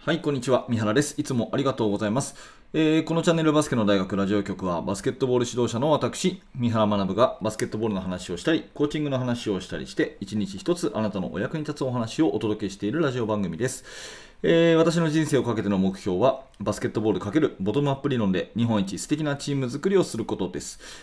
はい、こんにちは。三原です。いつもありがとうございます。このチャンネルバスケの大学ラジオ局はバスケットボール指導者の私、三原学がバスケットボールの話をしたり、コーチングの話をしたりして、一日一つあなたのお役に立つお話をお届けしているラジオ番組です。私の人生をかけての目標は、バスケットボール×ボトムアップ理論で日本一素敵なチーム作りをすることです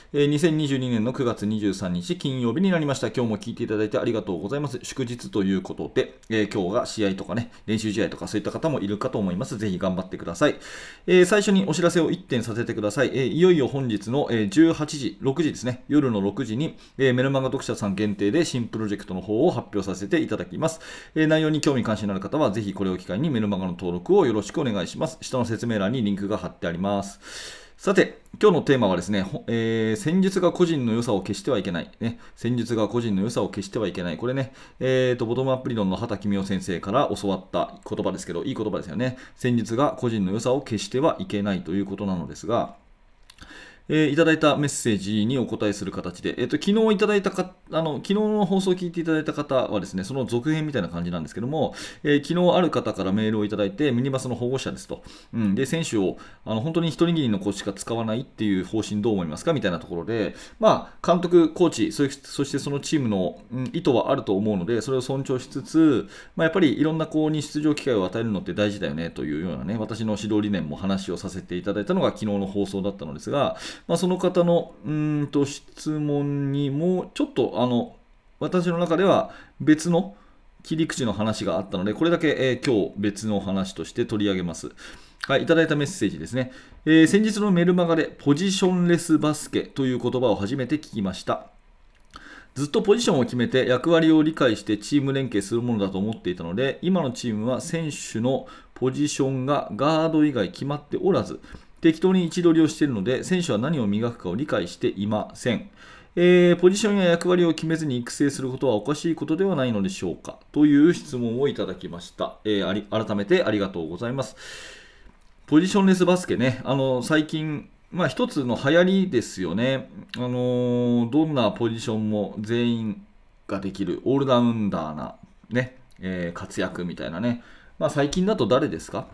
。2022年の9月23日金曜日になりました。今日も聞いていただいてありがとうございます。祝日ということで、今日が試合とかね、練習試合とかそういった方もいるかと思います。ぜひ頑張ってください。最初にお知らせを1点させてください。いよいよ本日の18時、6時ですね、夜の6時に、メルマガ読者さん限定で新プロジェクトの方を発表させていただきます。内容に興味関心のある方はぜひこれを機会にメルマガの登録をよろしくお願いします。下の説明欄にリンクが貼ってあります。さて、今日のテーマはですね、戦術が個人の良さを消してはいけない。ね、戦術が個人の良さを消してはいけない。これね、ボトムアップ理論の畑公夫先生から教わった言葉ですけど、いい言葉ですよね。戦術が個人の良さを消してはいけないということなのですが、いただいたメッセージにお答えする形で、昨日いただいたか、昨日の放送を聞いていただいた方はですね、その続編みたいな感じなんですけども、昨日ある方からメールをいただいて、ミニバスの保護者ですと。で、選手を本当に一握りのコーチしか使わないっていう方針どう思いますかみたいなところで、監督、コーチ、そしてそのチームの、意図はあると思うので、それを尊重しつつ、やっぱりいろんな子に出場機会を与えるのって大事だよねというようなね、私の指導理念も話をさせていただいたのが昨日の放送だったのですが、その方の質問にもちょっと私の中では別の切り口の話があったので、これだけ、今日別の話として取り上げます。はい、いただいたメッセージですね。先日のメルマガでポジションレスバスケという言葉を初めて聞きました。ずっとポジションを決めて役割を理解してチーム連携するものだと思っていたので、今のチームは選手のポジションがガード以外決まっておらず、適当に位置取りをしているので、選手は何を磨くかを理解していません。ポジションや役割を決めずに育成することはおかしいことではないのでしょうかという質問をいただきました。改めてありがとうございます。ポジションレスバスケね、最近、一つの流行りですよね。どんなポジションも全員ができる、オールラウンダーな、ね活躍みたいなね。最近だと誰ですか？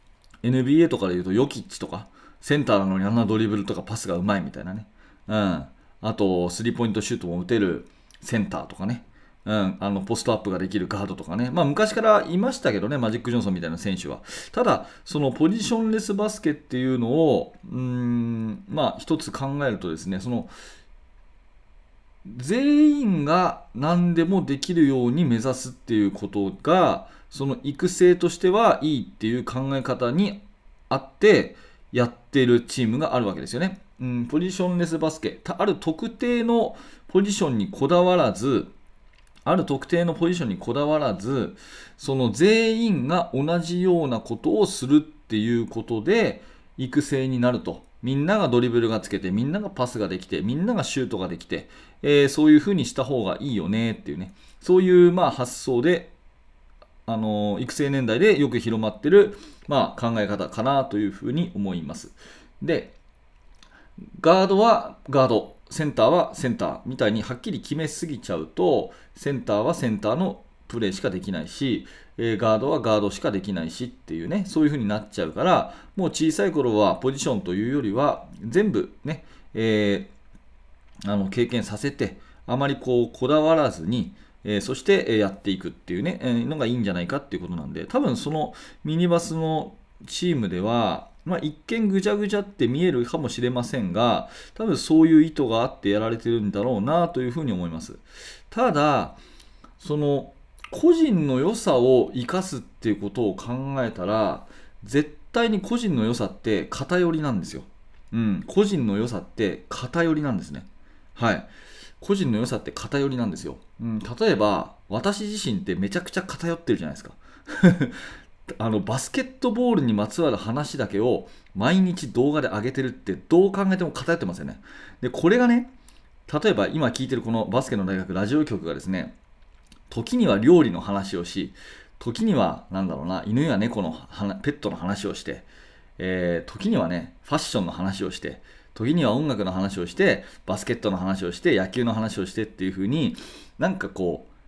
NBA とかで言うとヨキッチとか、センターなのにあんなドリブルとかパスがうまいみたいなね。あと、スリーポイントシュートも打てるセンターとかね。ポストアップができるガードとかね。昔からいましたけどね、マジック・ジョンソンみたいな選手は。ただ、そのポジションレスバスケっていうのを、一つ考えるとですね、全員が何でもできるように目指すっていうことが、その育成としてはいいっていう考え方にあってやってるチームがあるわけですよね。ポジションレスバスケ、ある特定のポジションにこだわらず、その全員が同じようなことをするっていうことで育成になると。みんながドリブルがつけて、みんながパスができて、みんながシュートができて、そういう風にした方がいいよねっていうね、そういう発想で、育成年代でよく広まってる、考え方かなというふうに思います。で、ガードはガード、センターはセンターみたいにはっきり決めすぎちゃうと、センターはセンターのプレーしかできないし、ガードはガードしかできないしっていうね、そういう風になっちゃうから、もう小さい頃はポジションというよりは全部ね、経験させて、あまりこだわらずに、そしてやっていくっていうね、のがいいんじゃないかっていうことなんで、多分そのミニバスのチームでは、一見ぐちゃぐちゃって見えるかもしれませんが、多分そういう意図があってやられてるんだろうなというふうに思います。ただ、その個人の良さを生かすっていうことを考えたら、絶対に個人の良さって偏りなんですよ。個人の良さって偏りなんですね。はい。個人の良さって偏りなんですよ。例えば、私自身ってめちゃくちゃ偏ってるじゃないですか。バスケットボールにまつわる話だけを毎日動画で上げてるってどう考えても偏ってますよね。で、これがね、例えば今聞いてるこのバスケの大学ラジオ局がですね、時には料理の話をし、時には犬や猫のペットの話をして、時にはね、ファッションの話をして、時には音楽の話をして、バスケットの話をして、野球の話をしてっていう風に、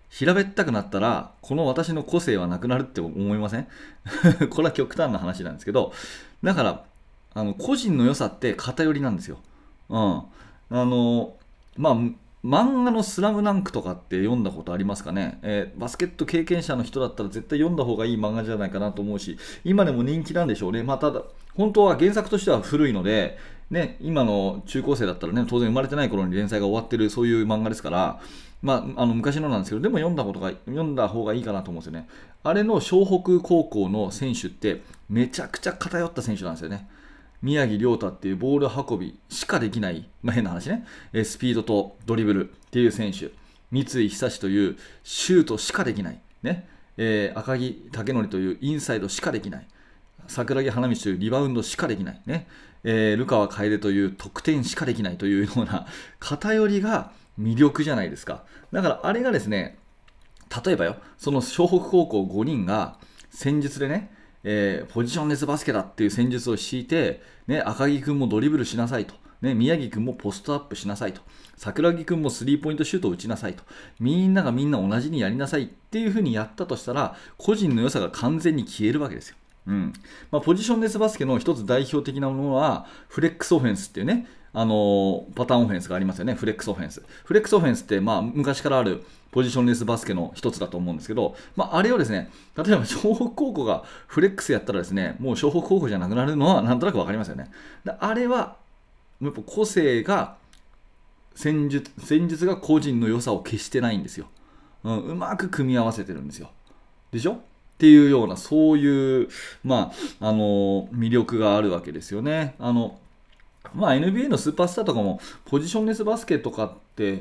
平べったくなったらこの私の個性はなくなるって思いません？これは極端な話なんですけど、だから個人の良さって偏りなんですよ。うん。まあ漫画のスラムダンクとかって読んだことありますかね、バスケット経験者の人だったら絶対読んだ方がいい漫画じゃないかなと思うし、今でも人気なんでしょうね。まあ、ただ、本当は原作としては古いので、ね、今の中高生だったらね、当然生まれてない頃に連載が終わってるそういう漫画ですから、昔のなんですけど、でも読んだ方がいいかなと思うんですよね。あれの湘北高校の選手ってめちゃくちゃ偏った選手なんですよね。宮城亮太っていうボール運びしかできない、変な話ね、スピードとドリブルっていう選手、三井久志というシュートしかできない、ね赤木武則というインサイドしかできない、桜木花道というリバウンドしかできない、ねルカワ楓という得点しかできないというような偏りが魅力じゃないですか。だからあれがですね、例えばよ、その湘北高校5人が戦術でね、ポジションレスバスケだっていう戦術を敷いて、ね、赤木君もドリブルしなさいと、ね、宮城君もポストアップしなさいと、桜木君もスリーポイントシュートを打ちなさいと、みんながみんな同じにやりなさいっていう風にやったとしたら、個人の良さが完全に消えるわけですよ。ポジションレスバスケの一つ代表的なものはフレックスオフェンスっていうね、パターンオフェンスがありますよね。フレックスオフェンスって、昔からあるポジションレスバスケの一つだと思うんですけど、あれをですね、例えば湘北高校がフレックスやったらですね、もう湘北高校じゃなくなるのはなんとなく分かりますよね。あれはやっぱ個性が戦術が個人の良さを消してないんですよ。うまく組み合わせてるんですよ。でしょっていうような、そういう、魅力があるわけですよね。NBA のスーパースターとかもポジションレスバスケとかって、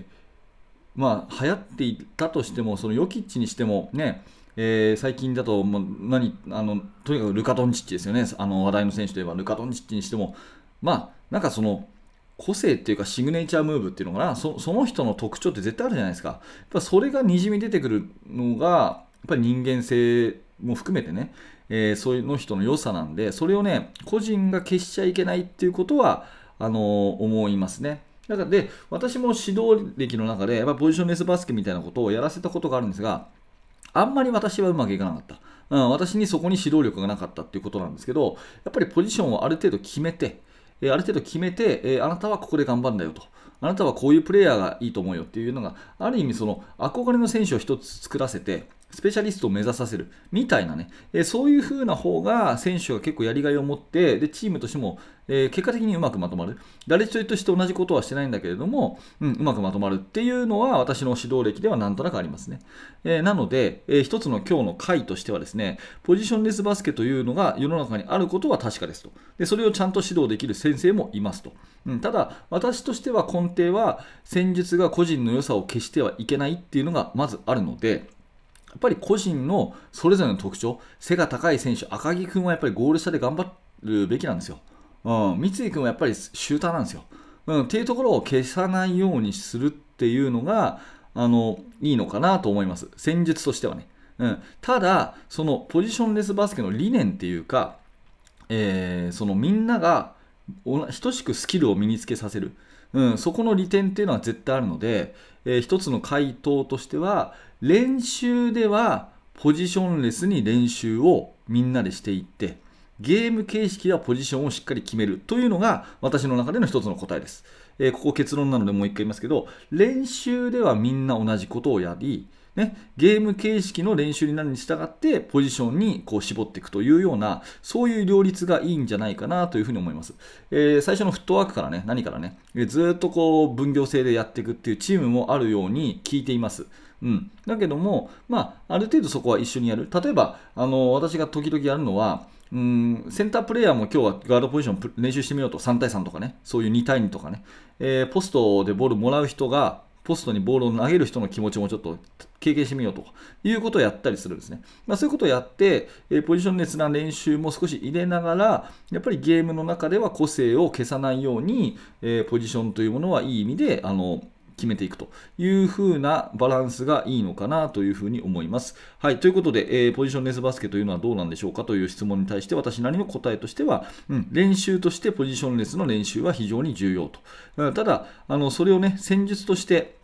流行っていたとしても、そのヨキッチにしてもね、最近だともうとにかくルカ・ドンチッチですよね。話題の選手といえばルカ・ドンチッチにしても、なんかその個性っていうかシグネチャームーブっていうのかな、その人の特徴って絶対あるじゃないですか。やっぱそれがにじみ出てくるのがやっぱり人間性も含めてね、そういうの人の良さなんで、それをね個人が消しちゃいけないっていうことは思いますね。だからで私も指導歴の中でやっぱポジションレスバスケみたいなことをやらせたことがあるんですが、あんまり私はうまくいかなかった。私にそこに指導力がなかったっていうことなんですけど、やっぱりポジションをある程度決めて、あなたはここで頑張るんだよと。あなたはこういうプレイヤーがいいと思うよっていうのが、ある意味その憧れの選手を一つ作らせて、スペシャリストを目指させるみたいなね、そういう風な方が選手が結構やりがいを持って、でチームとしても、結果的にうまくまとまる。誰一人として同じことはしてないんだけれども、うまくまとまるっていうのは私の指導歴ではなんとなくありますね。なので、一つの今日の回としてはですね、ポジションレスバスケというのが世の中にあることは確かですと。でそれをちゃんと指導できる先生もいますと。ただ、私としては根底は戦術が個人の良さを消してはいけないっていうのがまずあるので、やっぱり個人のそれぞれの特徴、背が高い選手、赤木君はやっぱりゴール下で頑張るべきなんですよ。三井君はやっぱりシューターなんですよ。っていうところを消さないようにするっていうのがいいのかなと思います。戦術としてはね。ただ、そのポジションレスバスケの理念っていうか、そのみんなが等しくスキルを身につけさせる。そこの利点っていうのは絶対あるので、一つの回答としては、練習ではポジションレスに練習をみんなでしていって、ゲーム形式ではポジションをしっかり決めるというのが私の中での一つの答えです。ここ結論なのでもう一回言いますけど、練習ではみんな同じことをやり、ゲーム形式の練習になるに従ってポジションにこう絞っていくというような、そういう両立がいいんじゃないかなというふうに思います。最初のフットワークからね、何からね、ずっとこう分業制でやっていくっていうチームもあるように聞いています。だけども、ある程度そこは一緒にやる。例えば私が時々やるのは、センタープレイヤーも今日はガードポジション練習してみようと、3対3とかね、そういう2対2とかね、ポストでボールもらう人がポストにボールを投げる人の気持ちもちょっと経験してみようということをやったりするんですね。そういうことをやって、ポジションレスな練習も少し入れながら、やっぱりゲームの中では個性を消さないように、ポジションというものはいい意味で決めていくという風なバランスがいいのかなというふうに思います。はい、ということで、ポジションレスバスケというのはどうなんでしょうかという質問に対して私なりの答えとしては、練習としてポジションレスの練習は非常に重要と。ただそれをね戦術として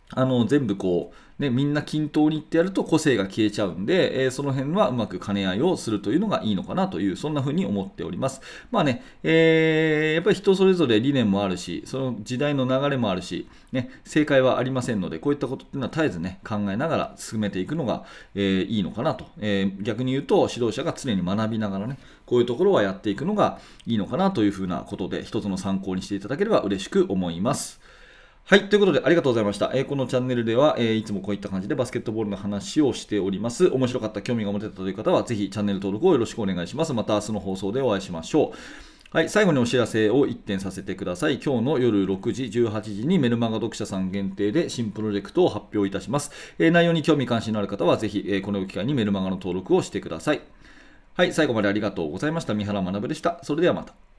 全部みんな均等にってやると個性が消えちゃうんで、その辺はうまく兼ね合いをするというのがいいのかなという、そんな風に思っております。まあね、やっぱり人それぞれ理念もあるし、その時代の流れもあるし、ね、正解はありませんので、こういったことっていうのは絶えずね、考えながら進めていくのが、いいのかなと。逆に言うと、指導者が常に学びながらね、こういうところはやっていくのがいいのかなというふうなことで、一つの参考にしていただければ嬉しく思います。はい。ということで、ありがとうございました。このチャンネルでは、いつもこういった感じでバスケットボールの話をしております。面白かった、興味が持てたという方は、ぜひチャンネル登録をよろしくお願いします。また明日の放送でお会いしましょう。はい。最後にお知らせを1点させてください。今日の夜6時、18時にメルマガ読者さん限定で新プロジェクトを発表いたします。内容に興味関心のある方は、ぜひ、この機会にメルマガの登録をしてください。はい。最後までありがとうございました。三原学でした。それではまた。